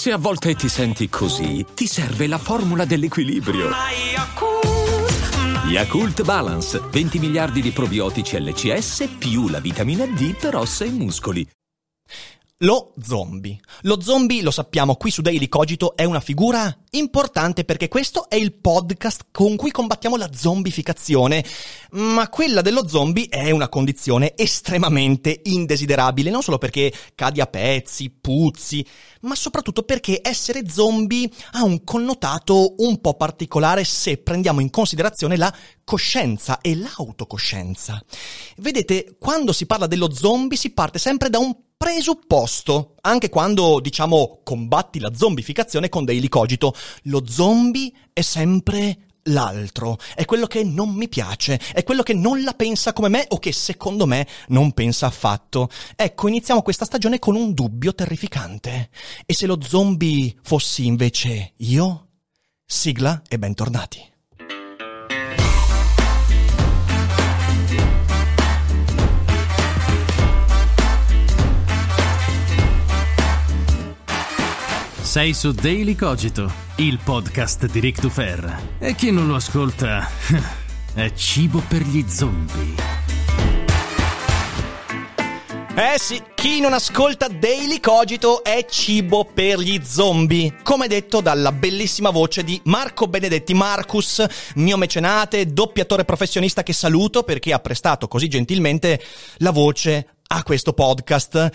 Se a volte ti senti così, ti serve la formula dell'equilibrio. Yakult Balance, 20 miliardi di probiotici LCS più la vitamina D per ossa e muscoli. Lo zombie. Lo zombie, lo sappiamo, qui su Daily Cogito è una figura importante perché questo è il podcast con cui combattiamo la zombificazione. Ma quella dello zombie è una condizione estremamente indesiderabile, non solo perché cadi a pezzi, puzzi, ma soprattutto perché essere zombie ha un connotato un po' particolare se prendiamo in considerazione la coscienza e l'autocoscienza. Vedete, quando si parla dello zombie si parte sempre da un presupposto, anche quando diciamo combatti la zombificazione con Daily Cogito. Lo zombie è sempre l'altro, è quello che non mi piace, è quello che non la pensa come me o che secondo me non pensa affatto. Ecco, iniziamo questa stagione con un dubbio terrificante. E se lo zombie fossi invece io? Sigla e bentornati. Sei su Daily Cogito, il podcast di Rick Dufer. E chi non lo ascolta è cibo per gli zombie. Sì, chi non ascolta Daily Cogito è cibo per gli zombie. Come detto dalla bellissima voce di Marco Benedetti, Marcus, mio mecenate, doppiatore professionista che saluto perché ha prestato così gentilmente la voce a questo podcast.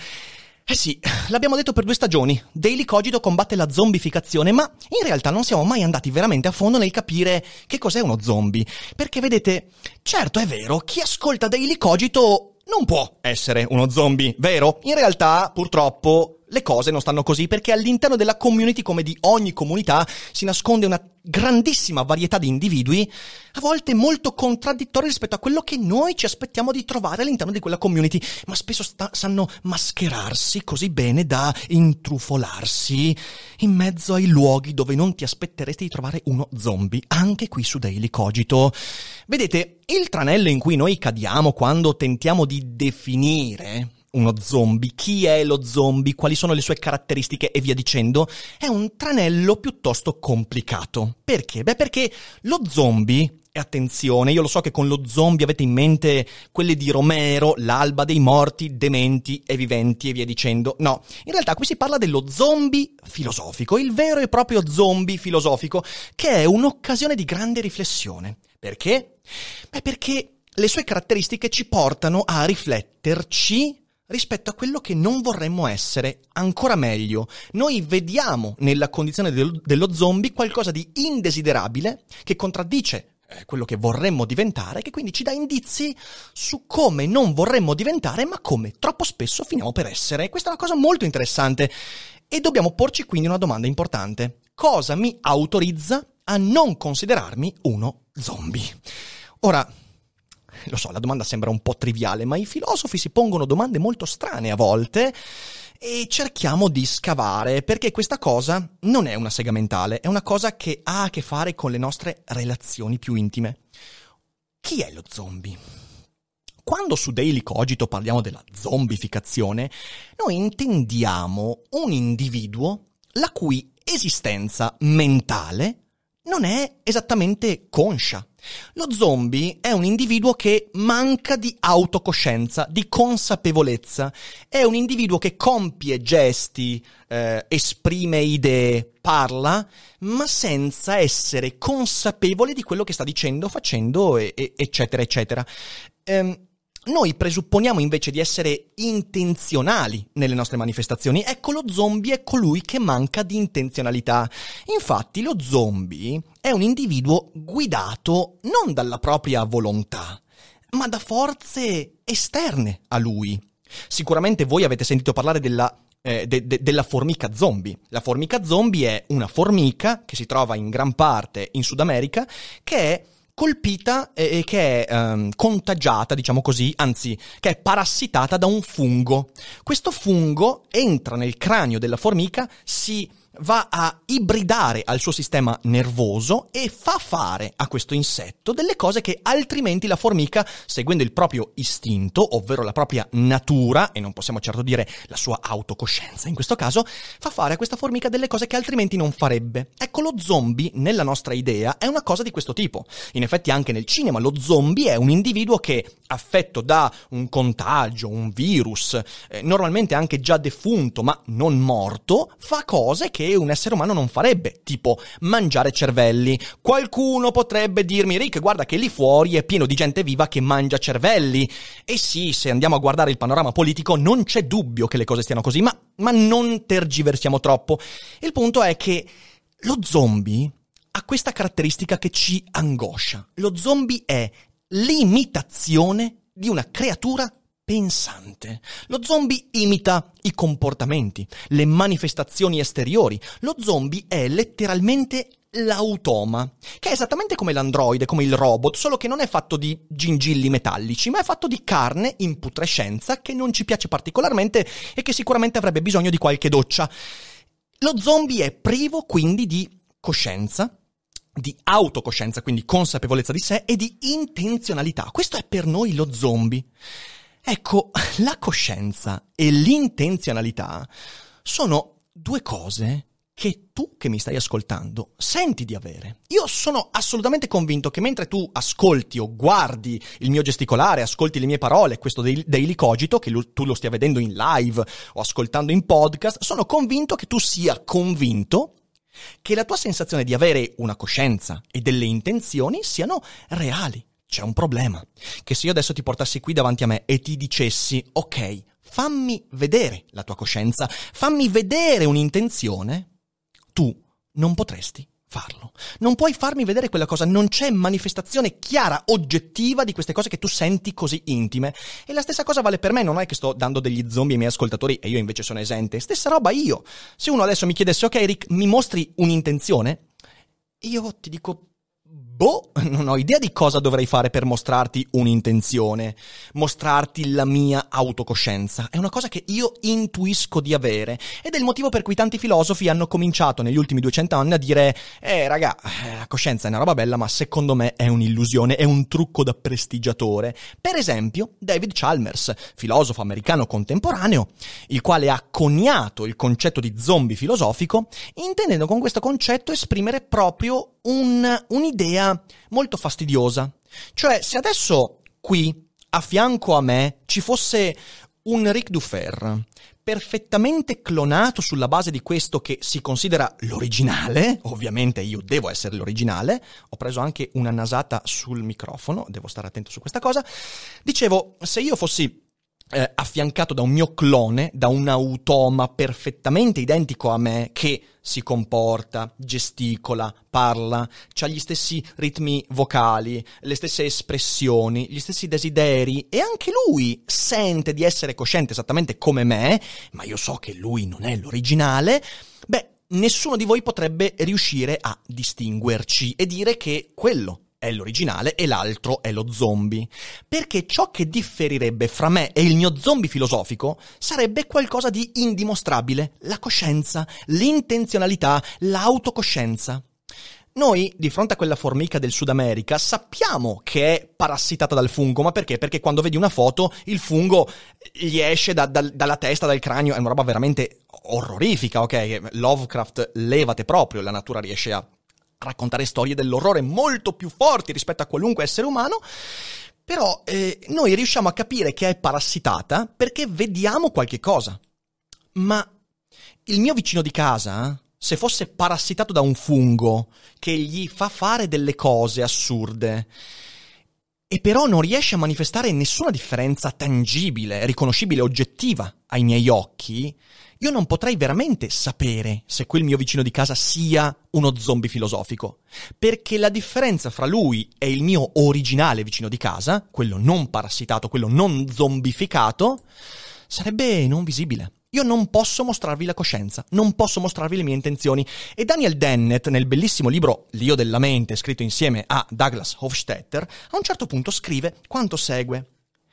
Sì, l'abbiamo detto per 2 stagioni, Daily Cogito combatte la zombificazione, ma in realtà non siamo mai andati veramente a fondo nel capire che cos'è uno zombie. Perché vedete, certo è vero, chi ascolta Daily Cogito non può essere uno zombie, vero? In realtà, purtroppo, le cose non stanno così, perché all'interno della community, come di ogni comunità, si nasconde una grandissima varietà di individui, a volte molto contraddittori rispetto a quello che noi ci aspettiamo di trovare all'interno di quella community, ma spesso sanno mascherarsi così bene da intrufolarsi in mezzo ai luoghi dove non ti aspetteresti di trovare uno zombie, anche qui su Daily Cogito. Vedete, il tranello in cui noi cadiamo quando tentiamo di definire uno zombie, chi è lo zombie, quali sono le sue caratteristiche e via dicendo, è un tranello piuttosto complicato. Perché? Beh, perché lo zombie, e attenzione, io lo so che con lo zombie avete in mente quelli di Romero, l'alba dei morti, dementi e viventi e via dicendo. No, in realtà qui si parla dello zombie filosofico, il vero e proprio zombie filosofico, che è un'occasione di grande riflessione. Perché? Beh, perché le sue caratteristiche ci portano a rifletterci rispetto a quello che non vorremmo essere. Ancora meglio, noi vediamo nella condizione dello zombie qualcosa di indesiderabile che contraddice quello che vorremmo diventare, che quindi ci dà indizi su come non vorremmo diventare, ma come troppo spesso finiamo per essere. Questa è una cosa molto interessante e dobbiamo porci quindi una domanda importante. Cosa mi autorizza a non considerarmi uno zombie? Ora, lo so, la domanda sembra un po' triviale, ma i filosofi si pongono domande molto strane a volte e cerchiamo di scavare, perché questa cosa non è una sega mentale, è una cosa che ha a che fare con le nostre relazioni più intime. Chi è lo zombie? Quando su Daily Cogito parliamo della zombificazione, noi intendiamo un individuo la cui esistenza mentale non è esattamente conscia. Lo zombie è un individuo che manca di autocoscienza, di consapevolezza. È un individuo che compie gesti, esprime idee, parla, ma senza essere consapevole di quello che sta dicendo, facendo, eccetera, eccetera. Noi presupponiamo invece di essere intenzionali nelle nostre manifestazioni. Ecco, lo zombie è colui che manca di intenzionalità. Infatti, lo zombie è un individuo guidato non dalla propria volontà, ma da forze esterne a lui. Sicuramente voi avete sentito parlare della formica zombie. La formica zombie è una formica che si trova in gran parte in Sud America, che è colpita e che è contagiata, diciamo così, anzi, che è parassitata da un fungo. Questo fungo entra nel cranio della formica, si va a ibridare al suo sistema nervoso e fa fare a questo insetto delle cose che altrimenti la formica, seguendo il proprio istinto, ovvero la propria natura, e non possiamo certo dire la sua autocoscienza in questo caso, fa fare a questa formica delle cose che altrimenti non farebbe. Ecco, lo zombie, nella nostra idea, è una cosa di questo tipo. In effetti anche nel cinema lo zombie è un individuo che, affetto da un contagio, un virus, normalmente anche già defunto ma non morto, fa cose che un essere umano non farebbe, tipo mangiare cervelli. Qualcuno potrebbe dirmi: Rick, guarda che lì fuori è pieno di gente viva che mangia cervelli. E sì, se andiamo a guardare il panorama politico non c'è dubbio che le cose stiano così, ma non tergiversiamo troppo. Il punto è che lo zombie ha questa caratteristica che ci angoscia. Lo zombie è l'imitazione di una creatura pensante. Lo zombie imita i comportamenti, le manifestazioni esteriori. Lo zombie è letteralmente l'automa, che è esattamente come l'androide, come il robot, solo che non è fatto di gingilli metallici, ma è fatto di carne in putrescenza che non ci piace particolarmente e che sicuramente avrebbe bisogno di qualche doccia. Lo zombie è privo quindi di coscienza, di autocoscienza, quindi consapevolezza di sé, e di intenzionalità. Questo è per noi lo zombie. Ecco, la coscienza e l'intenzionalità sono due cose che tu che mi stai ascoltando senti di avere. Io sono assolutamente convinto che mentre tu ascolti o guardi il mio gesticolare, ascolti le mie parole, questo Daily Cogito, che tu lo stia vedendo in live o ascoltando in podcast, sono convinto che tu sia convinto che la tua sensazione di avere una coscienza e delle intenzioni siano reali. C'è un problema, che se io adesso ti portassi qui davanti a me e ti dicessi: ok, fammi vedere la tua coscienza, fammi vedere un'intenzione, tu non potresti farlo. Non puoi farmi vedere quella cosa, non c'è manifestazione chiara, oggettiva di queste cose che tu senti così intime. E la stessa cosa vale per me, non è che sto dando degli zombie ai miei ascoltatori e io invece sono esente. Stessa roba io. Se uno adesso mi chiedesse: ok Rick, mi mostri un'intenzione? Io ti dico: non ho idea di cosa dovrei fare per mostrarti un'intenzione, mostrarti la mia autocoscienza. È una cosa che io intuisco di avere, ed è il motivo per cui tanti filosofi hanno cominciato negli ultimi 200 anni a dire: raga, la coscienza è una roba bella, ma secondo me è un'illusione, è un trucco da prestigiatore. Per esempio, David Chalmers, filosofo americano contemporaneo, il quale ha coniato il concetto di zombie filosofico, intendendo con questo concetto esprimere proprio un'idea molto fastidiosa. Cioè, se adesso qui a fianco a me ci fosse un Rick Dufer perfettamente clonato sulla base di questo che si considera l'originale, ovviamente io devo essere l'originale, ho preso anche una nasata sul microfono, devo stare attento su questa cosa. Dicevo, se io fossi affiancato da un mio clone, da un automa perfettamente identico a me, che si comporta, gesticola, parla, c'ha gli stessi ritmi vocali, le stesse espressioni, gli stessi desideri, e anche lui sente di essere cosciente esattamente come me, ma io so che lui non è l'originale, nessuno di voi potrebbe riuscire a distinguerci e dire che quello è l'originale e l'altro è lo zombie. Perché ciò che differirebbe fra me e il mio zombie filosofico sarebbe qualcosa di indimostrabile: la coscienza, l'intenzionalità, l'autocoscienza. Noi, di fronte a quella formica del Sud America, sappiamo che è parassitata dal fungo, ma perché? Perché quando vedi una foto, il fungo gli esce dalla testa, dal cranio, è una roba veramente orrorifica, ok? Lovecraft, levate proprio, la natura riesce a raccontare storie dell'orrore molto più forti rispetto a qualunque essere umano, però noi riusciamo a capire che è parassitata perché vediamo qualche cosa. Ma il mio vicino di casa, se fosse parassitato da un fungo che gli fa fare delle cose assurde e però non riesce a manifestare nessuna differenza tangibile, riconoscibile, oggettiva ai miei occhi, io non potrei veramente sapere se quel mio vicino di casa sia uno zombie filosofico, perché la differenza fra lui e il mio originale vicino di casa, quello non parassitato, quello non zombificato, sarebbe non visibile. Io non posso mostrarvi la coscienza, non posso mostrarvi le mie intenzioni. E Daniel Dennett, nel bellissimo libro L'Io della mente, scritto insieme a Douglas Hofstadter, a un certo punto scrive quanto segue: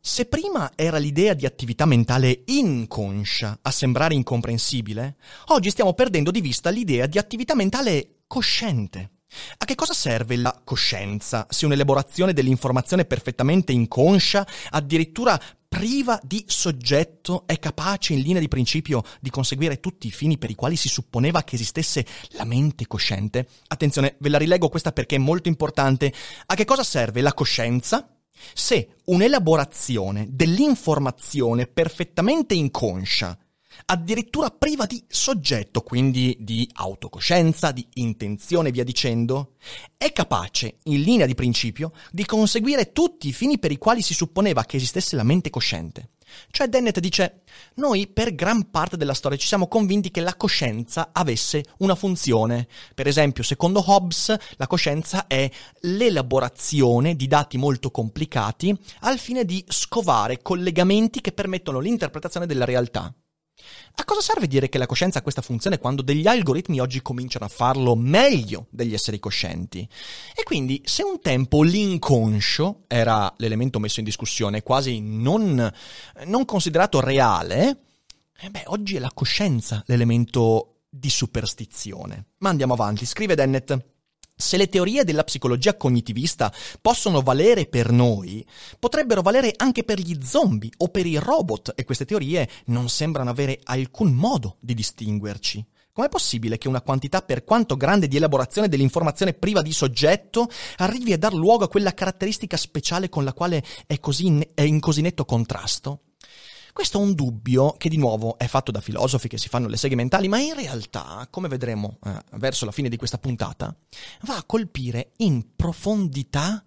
Se prima era l'idea di attività mentale inconscia a sembrare incomprensibile, oggi stiamo perdendo di vista l'idea di attività mentale cosciente. A che cosa serve la coscienza se un'elaborazione dell'informazione perfettamente inconscia, addirittura priva di soggetto, è capace in linea di principio di conseguire tutti i fini per i quali si supponeva che esistesse la mente cosciente? Attenzione, ve la rilego questa perché è molto importante. A che cosa serve la coscienza se un'elaborazione dell'informazione perfettamente inconscia, addirittura priva di soggetto, quindi di autocoscienza, di intenzione, via dicendo, è capace, in linea di principio, di conseguire tutti i fini per i quali si supponeva che esistesse la mente cosciente? Cioè Dennett dice, noi per gran parte della storia ci siamo convinti che la coscienza avesse una funzione. Per esempio, secondo Hobbes, la coscienza è l'elaborazione di dati molto complicati al fine di scovare collegamenti che permettono l'interpretazione della realtà. A cosa serve dire che la coscienza ha questa funzione quando degli algoritmi oggi cominciano a farlo meglio degli esseri coscienti? E quindi, se un tempo l'inconscio era l'elemento messo in discussione, quasi non considerato reale, oggi è la coscienza l'elemento di superstizione. Ma andiamo avanti, scrive Dennett. Se le teorie della psicologia cognitivista possono valere per noi, potrebbero valere anche per gli zombie o per i robot, e queste teorie non sembrano avere alcun modo di distinguerci. Com'è possibile che una quantità per quanto grande di elaborazione dell'informazione priva di soggetto arrivi a dar luogo a quella caratteristica speciale con la quale è in così netto contrasto? Questo è un dubbio che di nuovo è fatto da filosofi che si fanno le seghe mentali, ma in realtà, come vedremo verso la fine di questa puntata, va a colpire in profondità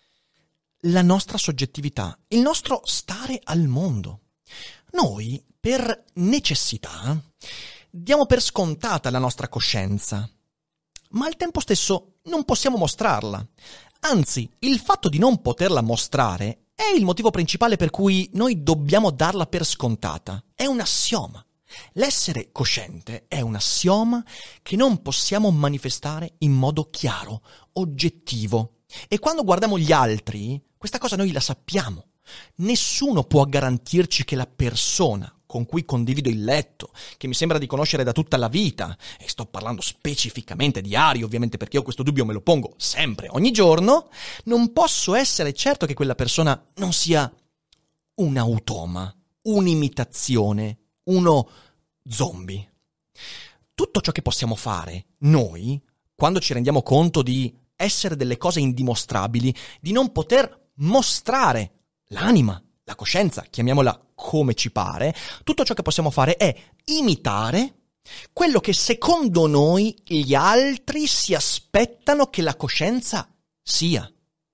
la nostra soggettività, il nostro stare al mondo. Noi, per necessità, diamo per scontata la nostra coscienza, ma al tempo stesso non possiamo mostrarla. Anzi, il fatto di non poterla mostrare è il motivo principale per cui noi dobbiamo darla per scontata. È un assioma. L'essere cosciente è un assioma che non possiamo manifestare in modo chiaro, oggettivo. E quando guardiamo gli altri, questa cosa noi la sappiamo. Nessuno può garantirci che la persona con cui condivido il letto, che mi sembra di conoscere da tutta la vita, e sto parlando specificamente di Ari, ovviamente, perché io questo dubbio me lo pongo sempre, ogni giorno, non posso essere certo che quella persona non sia un automa, un'imitazione, uno zombie. Tutto ciò che possiamo fare noi, quando ci rendiamo conto di essere delle cose indimostrabili, di non poter mostrare l'anima, la coscienza, chiamiamola come ci pare, tutto ciò che possiamo fare è imitare quello che secondo noi gli altri si aspettano che la coscienza sia.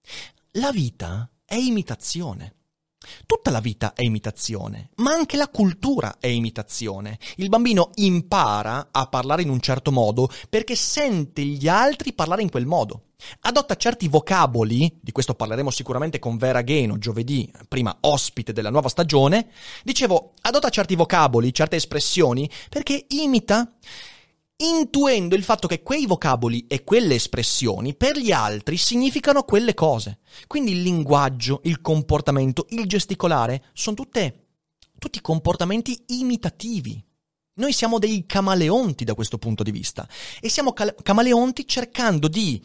La vita è imitazione. Tutta la vita è imitazione, ma anche la cultura è imitazione. Il bambino impara a parlare in un certo modo perché sente gli altri parlare in quel modo. Adotta certi vocaboli, di questo parleremo sicuramente con Vera Gheno giovedì, prima ospite della nuova stagione. Dicevo, adotta certi vocaboli, certe espressioni, perché imita, intuendo il fatto che quei vocaboli e quelle espressioni per gli altri significano quelle cose. Quindi il linguaggio, il comportamento, il gesticolare sono tutti comportamenti imitativi. Noi siamo dei camaleonti da questo punto di vista e siamo camaleonti cercando di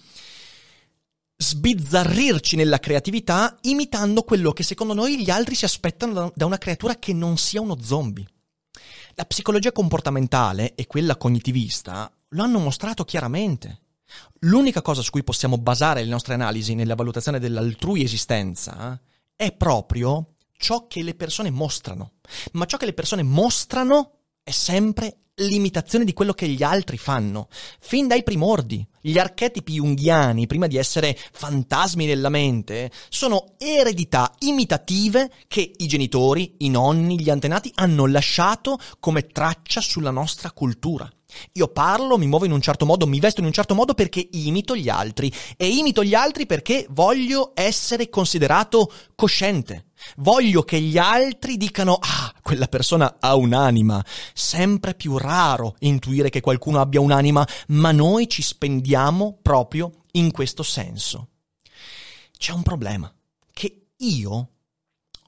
sbizzarrirci nella creatività imitando quello che secondo noi gli altri si aspettano da una creatura che non sia uno zombie. La psicologia comportamentale e quella cognitivista lo hanno mostrato chiaramente. L'unica cosa su cui possiamo basare le nostre analisi nella valutazione dell'altrui esistenza è proprio ciò che le persone mostrano. Ma ciò che le persone mostrano è sempre l'imitazione di quello che gli altri fanno. Fin dai primordi, gli archetipi junghiani, prima di essere fantasmi nella mente, sono eredità imitative che i genitori, i nonni, gli antenati hanno lasciato come traccia sulla nostra cultura. Io parlo, mi muovo in un certo modo, mi vesto in un certo modo perché imito gli altri. E imito gli altri perché voglio essere considerato cosciente. Voglio che gli altri dicano, quella persona ha un'anima. Sempre più raro intuire che qualcuno abbia un'anima, ma noi ci spendiamo proprio in questo senso. C'è un problema, che io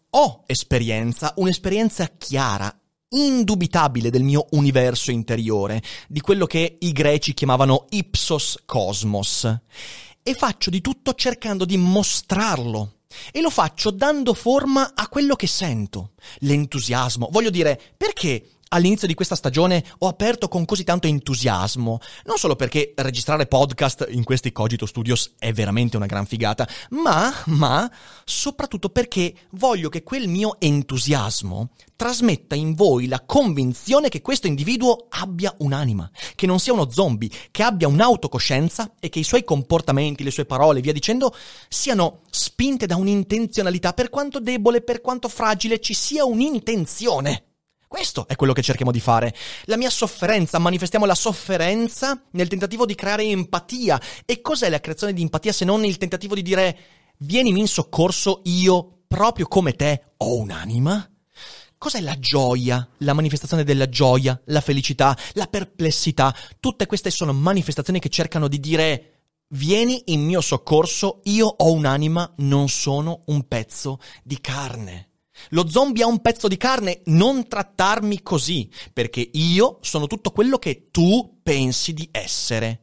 ho un'esperienza chiara, indubitabile del mio universo interiore, di quello che i greci chiamavano ipsos cosmos, e faccio di tutto cercando di mostrarlo. E lo faccio dando forma a quello che sento, l'entusiasmo. Voglio dire, perché all'inizio di questa stagione ho aperto con così tanto entusiasmo? Non solo perché registrare podcast in questi Cogito Studios è veramente una gran figata, ma soprattutto perché voglio che quel mio entusiasmo trasmetta in voi la convinzione che questo individuo abbia un'anima, che non sia uno zombie, che abbia un'autocoscienza e che i suoi comportamenti, le sue parole, via dicendo, siano spinte da un'intenzionalità. Per quanto debole, per quanto fragile, ci sia un'intenzione. Questo è quello che cerchiamo di fare. La mia sofferenza, manifestiamo la sofferenza nel tentativo di creare empatia. E cos'è la creazione di empatia se non il tentativo di dire: vienimi in soccorso, io, proprio come te, ho un'anima? Cos'è la gioia? La manifestazione della gioia, la felicità, la perplessità. Tutte queste sono manifestazioni che cercano di dire: vieni in mio soccorso, io ho un'anima, non sono un pezzo di carne. Lo zombie ha un pezzo di carne, non trattarmi così, perché io sono tutto quello che tu pensi di essere.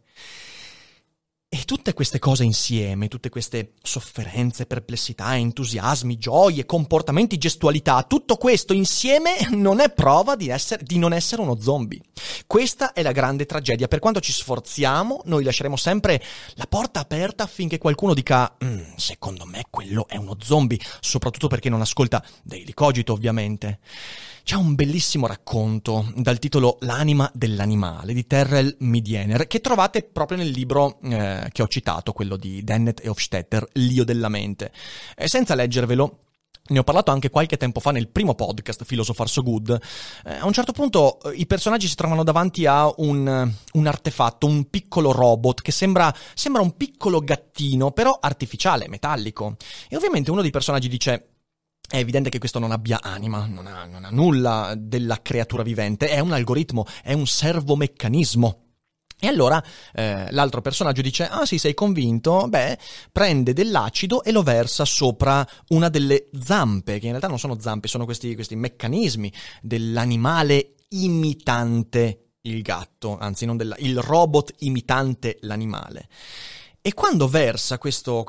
E tutte queste cose insieme, tutte queste sofferenze, perplessità, entusiasmi, gioie, comportamenti, gestualità, tutto questo insieme non è prova di non essere uno zombie. Questa è la grande tragedia. Per quanto ci sforziamo, noi lasceremo sempre la porta aperta affinché qualcuno dica: secondo me quello è uno zombie, soprattutto perché non ascolta Daily Cogito, ovviamente. C'è un bellissimo racconto dal titolo L'anima dell'animale di Terrell Midiener, che trovate proprio nel libro che ho citato, quello di Dennett e Hofstetter, L'io della mente. Senza leggervelo, ne ho parlato anche qualche tempo fa nel primo podcast, Philosopher So Good. A un certo punto i personaggi si trovano davanti a un artefatto, un piccolo robot che sembra un piccolo gattino, però artificiale, metallico. E ovviamente uno dei personaggi dice: è evidente che questo non abbia anima, non ha nulla della creatura vivente, è un algoritmo, è un servomeccanismo. E allora l'altro personaggio dice: ah sì, sei convinto? Beh, prende dell'acido e lo versa sopra una delle zampe, che in realtà non sono zampe, sono questi meccanismi dell'animale imitante il gatto, anzi non il robot imitante l'animale. E quando versa questo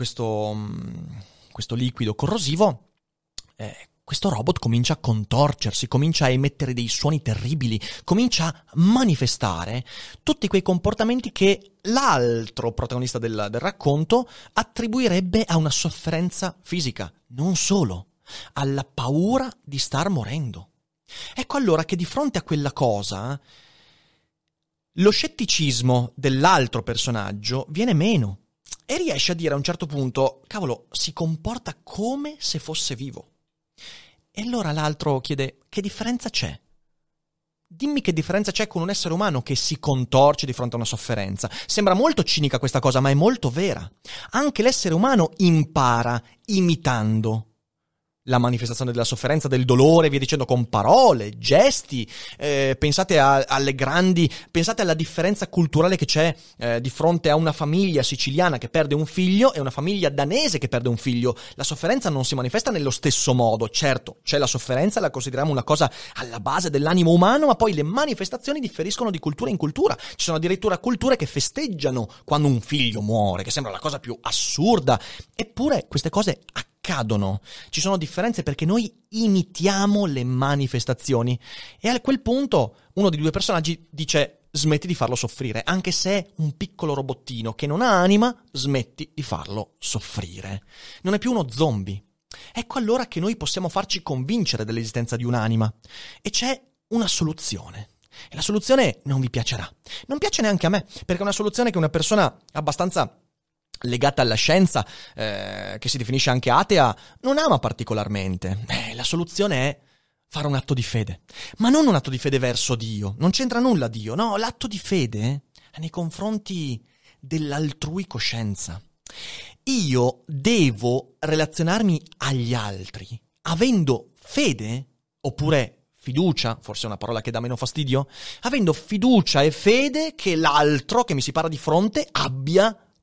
liquido corrosivo, questo robot comincia a contorcersi, comincia a emettere dei suoni terribili, comincia a manifestare tutti quei comportamenti che l'altro protagonista del racconto attribuirebbe a una sofferenza fisica, non solo, alla paura di star morendo. Ecco allora che di fronte a quella cosa lo scetticismo dell'altro personaggio viene meno e riesce a dire a un certo punto: cavolo, si comporta come se fosse vivo. E allora l'altro chiede: che differenza c'è? Dimmi che differenza c'è con un essere umano che si contorce di fronte a una sofferenza. Sembra molto cinica questa cosa, ma è molto vera. Anche l'essere umano impara imitando la manifestazione della sofferenza, del dolore, via dicendo, con parole, gesti. Pensate pensate alla differenza culturale che c'è di fronte a una famiglia siciliana che perde un figlio e una famiglia danese che perde un figlio. La sofferenza non si manifesta nello stesso modo. Certo, c'è la sofferenza, la consideriamo una cosa alla base dell'animo umano, ma poi le manifestazioni differiscono di cultura in cultura. Ci sono addirittura culture che festeggiano quando un figlio muore, che sembra la cosa più assurda. Eppure queste cose accadono. Ci sono differenze perché noi imitiamo le manifestazioni e a quel punto uno dei due personaggi dice: smetti di farlo soffrire, anche se è un piccolo robottino che non ha anima, smetti di farlo soffrire. Non è più uno zombie. Ecco allora che noi possiamo farci convincere dell'esistenza di un'anima e c'è una soluzione. E la soluzione non vi piacerà. Non piace neanche a me, perché è una soluzione che una persona abbastanza legata alla scienza, che si definisce anche atea, non ama particolarmente. La soluzione è fare un atto di fede, ma non un atto di fede verso Dio, non c'entra nulla Dio, no, l'atto di fede è nei confronti dell'altrui coscienza. Io devo relazionarmi agli altri avendo fede, oppure fiducia, forse è una parola che dà meno fastidio, avendo fiducia e fede che l'altro che mi si para di fronte abbia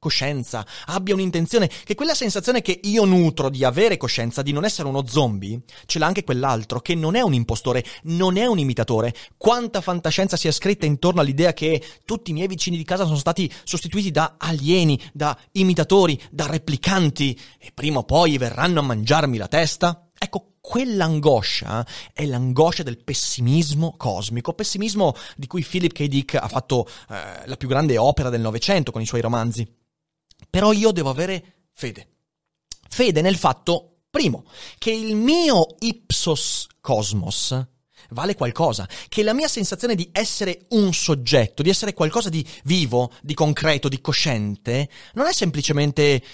coscienza, abbia un'intenzione, che quella sensazione che io nutro di avere coscienza, di non essere uno zombie, ce l'ha anche quell'altro, che non è un impostore, non è un imitatore. Quanta fantascienza si è scritta intorno all'idea che tutti i miei vicini di casa sono stati sostituiti da alieni, da imitatori, da replicanti, e prima o poi verranno a mangiarmi la testa? Ecco, quell'angoscia è l'angoscia del pessimismo cosmico, pessimismo di cui Philip K. Dick ha fatto la più grande opera del Novecento con i suoi romanzi. Però io devo avere fede. Fede nel fatto, primo, che il mio ipsos cosmos vale qualcosa, che la mia sensazione di essere un soggetto, di essere qualcosa di vivo, di concreto, di cosciente, non è semplicemente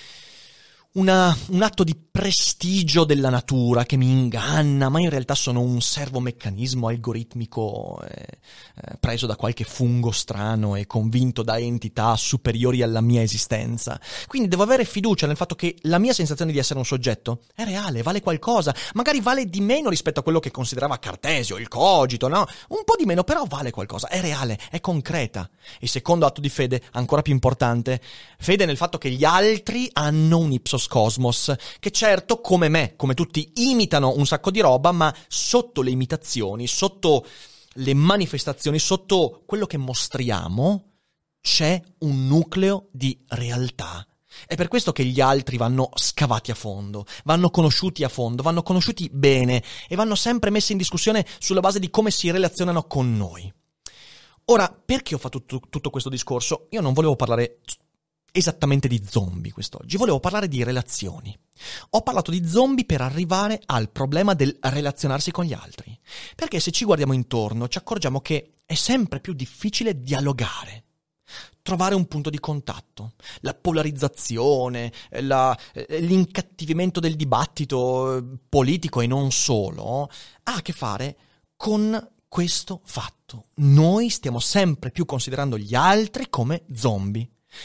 un atto di prestigio della natura che mi inganna, ma in realtà sono un servomeccanismo algoritmico preso da qualche fungo strano e convinto da entità superiori alla mia esistenza. Quindi devo avere fiducia nel fatto che la mia sensazione di essere un soggetto è reale, vale qualcosa, magari vale di meno rispetto a quello che considerava Cartesio, il cogito, no? Un po' di meno, però vale qualcosa, è reale, è concreta. Il secondo atto di fede, ancora più importante, fede nel fatto che gli altri hanno un ipsos cosmos, che certo, come me, come tutti, imitano un sacco di roba, ma sotto le imitazioni, sotto le manifestazioni, sotto quello che mostriamo, c'è un nucleo di realtà. È per questo che gli altri vanno scavati a fondo, vanno conosciuti a fondo, vanno conosciuti bene e vanno sempre messi in discussione sulla base di come si relazionano con noi. Ora, perché ho fatto tutto questo discorso? Io non volevo parlare esattamente di zombie quest'oggi, volevo parlare di relazioni. Ho parlato di zombie per arrivare al problema del relazionarsi con gli altri, perché se ci guardiamo intorno ci accorgiamo che è sempre più difficile dialogare, trovare un punto di contatto. La polarizzazione, l'incattivimento del dibattito politico e non solo ha a che fare con questo fatto. Noi stiamo sempre più considerando gli altri come zombie.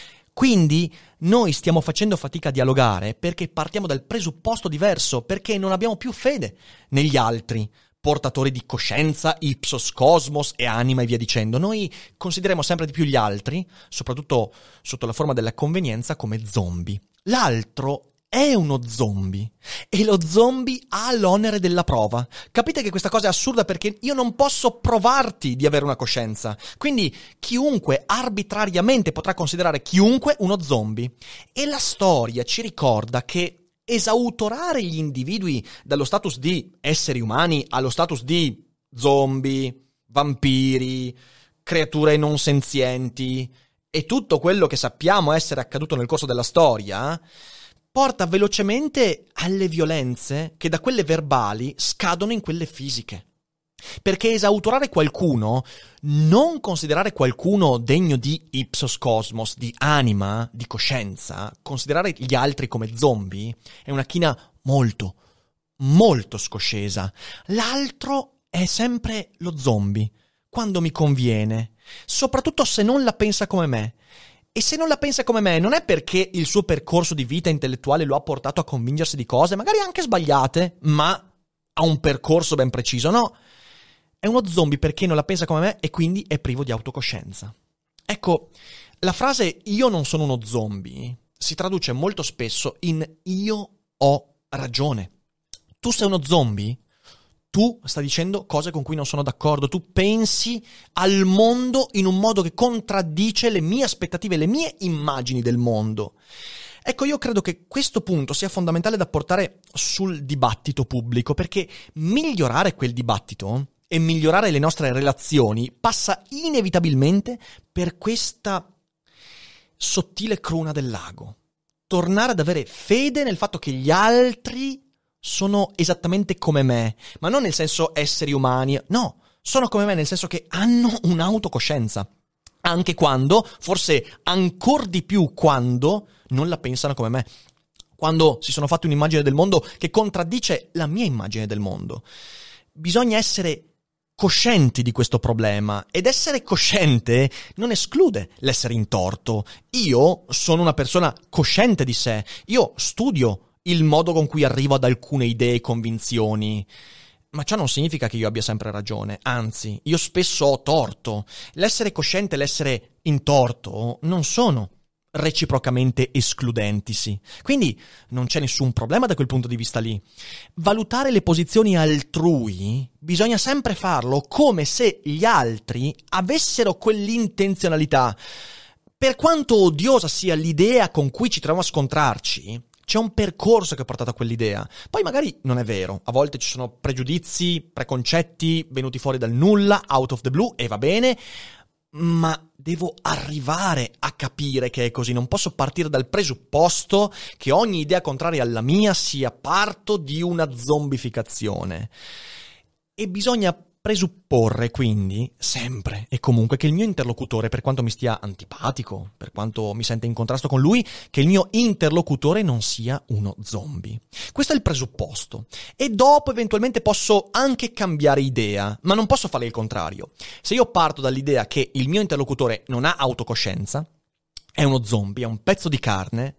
Quindi noi stiamo facendo fatica a dialogare perché partiamo dal presupposto diverso, perché non abbiamo più fede negli altri, portatori di coscienza, ipsos cosmos e anima e via dicendo. Noi consideriamo sempre di più gli altri, soprattutto sotto la forma della convenienza, come zombie. L'altro è uno zombie e lo zombie ha l'onere della prova. Capite che questa cosa è assurda perché io non posso provarti di avere una coscienza. Quindi chiunque arbitrariamente potrà considerare chiunque uno zombie. E la storia ci ricorda che esautorare gli individui dallo status di esseri umani allo status di zombie, vampiri, creature non senzienti e tutto quello che sappiamo essere accaduto nel corso della storia porta velocemente alle violenze che da quelle verbali scadono in quelle fisiche. Perché esautorare qualcuno, non considerare qualcuno degno di ipsos cosmos, di anima, di coscienza, considerare gli altri come zombie, è una china molto, molto scoscesa. L'altro è sempre lo zombie, quando mi conviene, soprattutto se non la pensa come me. E se non la pensa come me, non è perché il suo percorso di vita intellettuale lo ha portato a convincersi di cose, magari anche sbagliate, ma ha un percorso ben preciso, no? È uno zombie perché non la pensa come me e quindi è privo di autocoscienza. Ecco, la frase io non sono uno zombie si traduce molto spesso in io ho ragione. Tu sei uno zombie? Tu stai dicendo cose con cui non sono d'accordo, tu pensi al mondo in un modo che contraddice le mie aspettative, le mie immagini del mondo. Ecco, io credo che questo punto sia fondamentale da portare sul dibattito pubblico, perché migliorare quel dibattito e migliorare le nostre relazioni passa inevitabilmente per questa sottile cruna del lago. Tornare ad avere fede nel fatto che gli altri sono esattamente come me, ma non nel senso esseri umani, no, sono come me nel senso che hanno un'autocoscienza, anche quando, forse ancor di più quando, non la pensano come me, quando si sono fatti un'immagine del mondo che contraddice la mia immagine del mondo. Bisogna essere coscienti di questo problema, ed essere cosciente non esclude l'essere in torto. Io sono una persona cosciente di sé, io studio il modo con cui arrivo ad alcune idee e convinzioni, ma ciò non significa che io abbia sempre ragione, anzi, io spesso ho torto. L'essere cosciente e l'essere in torto non sono reciprocamente escludentisi. Quindi non c'è nessun problema da quel punto di vista lì. Valutare le posizioni altrui bisogna sempre farlo come se gli altri avessero quell'intenzionalità. Per quanto odiosa sia l'idea con cui ci troviamo a scontrarci, c'è un percorso che ha portato a quell'idea. Poi magari non è vero, a volte ci sono pregiudizi, preconcetti venuti fuori dal nulla, out of the blue, e va bene, ma devo arrivare a capire che è così. Non posso partire dal presupposto che ogni idea contraria alla mia sia parto di una zombificazione. E bisogna presupporre quindi sempre e comunque che il mio interlocutore, per quanto mi stia antipatico, per quanto mi senta in contrasto con lui, che il mio interlocutore non sia uno zombie. Questo è il presupposto. E dopo eventualmente posso anche cambiare idea, ma non posso fare il contrario. Se io parto dall'idea che il mio interlocutore non ha autocoscienza, è uno zombie, è un pezzo di carne,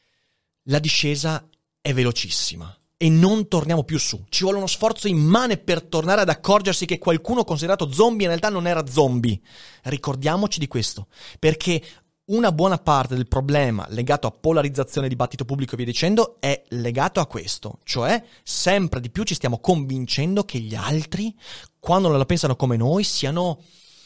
la discesa è velocissima. E non torniamo più su. Ci vuole uno sforzo immane per tornare ad accorgersi che qualcuno considerato zombie in realtà non era zombie. Ricordiamoci di questo, perché una buona parte del problema legato a polarizzazione, dibattito pubblico e via dicendo è legato a questo. Cioè, sempre di più ci stiamo convincendo che gli altri, quando non la pensano come noi, siano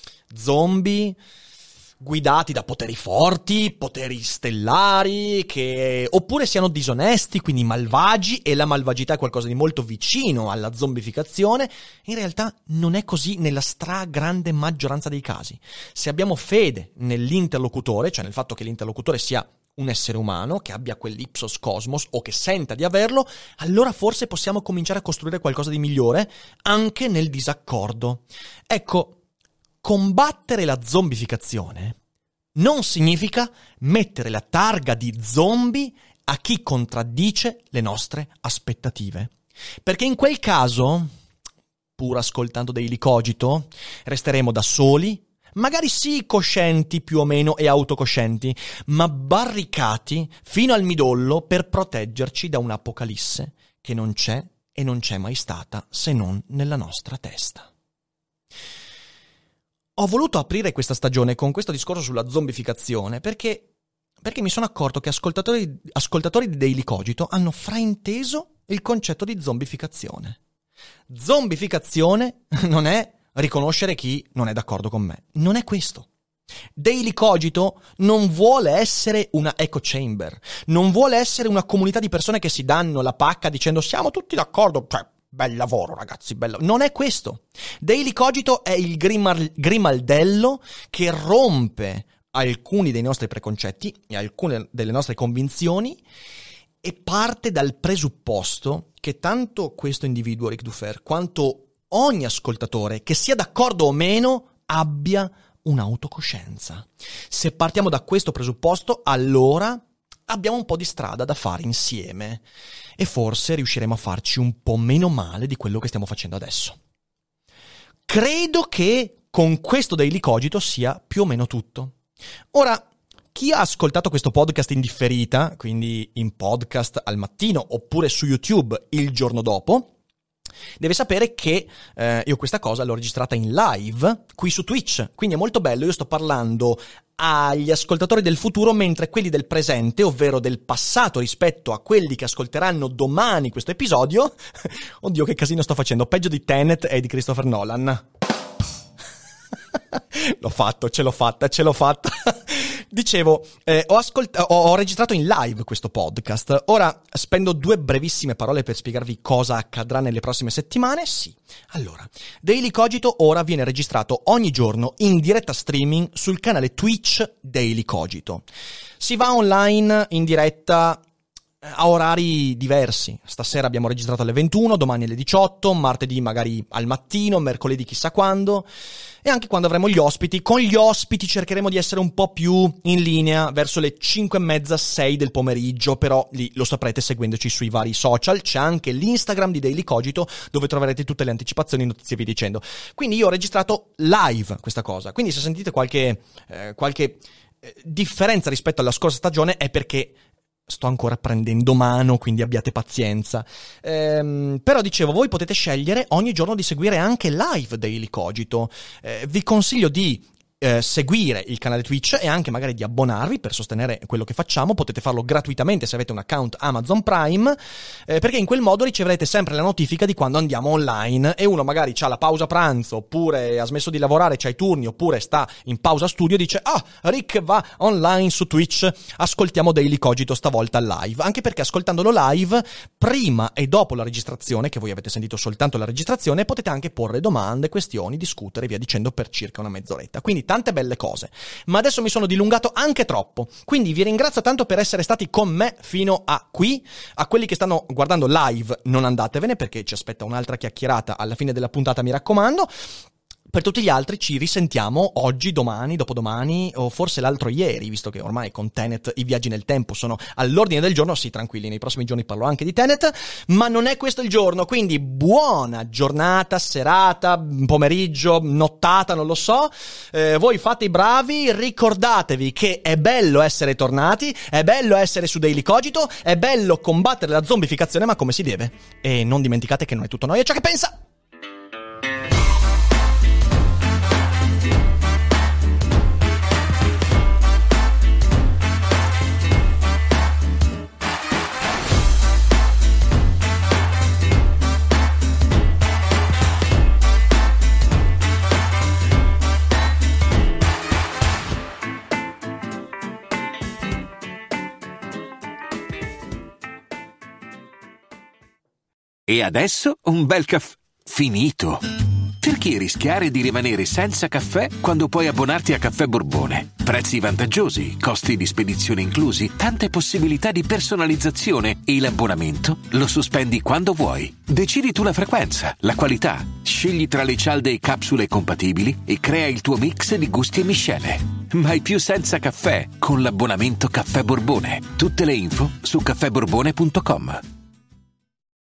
zombie guidati da poteri forti, poteri stellari, oppure siano disonesti, quindi malvagi, e la malvagità è qualcosa di molto vicino alla zombificazione. In realtà non è così nella stragrande maggioranza dei casi. Se abbiamo fede nell'interlocutore, cioè nel fatto che l'interlocutore sia un essere umano, che abbia quell'ipsos cosmos o che senta di averlo, allora forse possiamo cominciare a costruire qualcosa di migliore anche nel disaccordo. Ecco, combattere la zombificazione non significa mettere la targa di zombie a chi contraddice le nostre aspettative. Perché in quel caso, pur ascoltando Daily Cogito, resteremo da soli, magari sì coscienti più o meno e autocoscienti, ma barricati fino al midollo per proteggerci da un'apocalisse che non c'è e non c'è mai stata se non nella nostra testa. Ho voluto aprire questa stagione con questo discorso sulla zombificazione perché mi sono accorto che ascoltatori di Daily Cogito hanno frainteso il concetto di zombificazione. Zombificazione non è riconoscere chi non è d'accordo con me. Non è questo. Daily Cogito non vuole essere una echo chamber, non vuole essere una comunità di persone che si danno la pacca dicendo siamo tutti d'accordo, cioè bel lavoro ragazzi, bello. Non è questo. Daily Cogito è il grimaldello che rompe alcuni dei nostri preconcetti e alcune delle nostre convinzioni e parte dal presupposto che tanto questo individuo, Ric Dufer, quanto ogni ascoltatore, che sia d'accordo o meno, abbia un'autocoscienza. Se partiamo da questo presupposto, allora abbiamo un po' di strada da fare insieme e forse riusciremo a farci un po' meno male di quello che stiamo facendo adesso. Credo che con questo Daily Cogito sia più o meno tutto. Ora, chi ha ascoltato questo podcast in differita, quindi in podcast al mattino oppure su YouTube il giorno dopo, deve sapere che io questa cosa l'ho registrata in live qui su Twitch, quindi è molto bello. Io sto parlando agli ascoltatori del futuro mentre quelli del presente, ovvero del passato rispetto a quelli che ascolteranno domani questo episodio, oddio che casino sto facendo, peggio di Tenet e di Christopher Nolan. Ce l'ho fatta. Dicevo, ho registrato in live questo podcast. Ora spendo 2 brevissime parole per spiegarvi cosa accadrà nelle prossime settimane. Sì, allora, Daily Cogito ora viene registrato ogni giorno in diretta streaming sul canale Twitch Daily Cogito. Si va online in diretta a orari diversi. Stasera abbiamo registrato alle 21, domani alle 18, martedì magari al mattino, mercoledì chissà quando, e anche quando avremo gli ospiti. Con gli ospiti cercheremo di essere un po' più in linea verso le 5:30-6 del pomeriggio, però lì lo saprete seguendoci sui vari social. C'è anche l'Instagram di Daily Cogito dove troverete tutte le anticipazioni, notizie e via dicendo. Quindi io ho registrato live questa cosa, quindi se sentite qualche differenza rispetto alla scorsa stagione è perché sto ancora prendendo mano, quindi abbiate pazienza. Però dicevo, voi potete scegliere ogni giorno di seguire anche live Daily Cogito. Vi consiglio di seguire il canale Twitch e anche magari di abbonarvi per sostenere quello che facciamo. Potete farlo gratuitamente se avete un account Amazon Prime, perché in quel modo riceverete sempre la notifica di quando andiamo online, e uno magari c'ha la pausa pranzo, oppure ha smesso di lavorare, c'ha i turni, oppure sta in pausa studio e dice: ah, Rick va online su Twitch, ascoltiamo Daily Cogito stavolta live. Anche perché ascoltandolo live, prima e dopo la registrazione, che voi avete sentito soltanto la registrazione, potete anche porre domande, questioni, discutere, via dicendo, per circa una mezz'oretta. Quindi tante belle cose, ma adesso mi sono dilungato anche troppo, quindi vi ringrazio tanto per essere stati con me fino a qui. A quelli che stanno guardando live, non andatevene, perché ci aspetta un'altra chiacchierata alla fine della puntata, mi raccomando. Per tutti gli altri ci risentiamo oggi, domani, dopodomani, o forse l'altro ieri, visto che ormai con Tenet i viaggi nel tempo sono all'ordine del giorno. Sì, tranquilli, nei prossimi giorni parlo anche di Tenet, ma non è questo il giorno, quindi buona giornata, serata, pomeriggio, nottata, non lo so. Voi fate i bravi, ricordatevi che è bello essere tornati, è bello essere su Daily Cogito, è bello combattere la zombificazione, ma come si deve. E non dimenticate che non è tutto noi, è ciò che pensa. E adesso un bel caffè finito. Perché rischiare di rimanere senza caffè quando puoi abbonarti a Caffè Borbone? Prezzi vantaggiosi, costi di spedizione inclusi, tante possibilità di personalizzazione e l'abbonamento lo sospendi quando vuoi. Decidi tu la frequenza, la qualità, scegli tra le cialde e capsule compatibili e crea il tuo mix di gusti e miscele. Mai più senza caffè con l'abbonamento Caffè Borbone. Tutte le info su caffèborbone.com.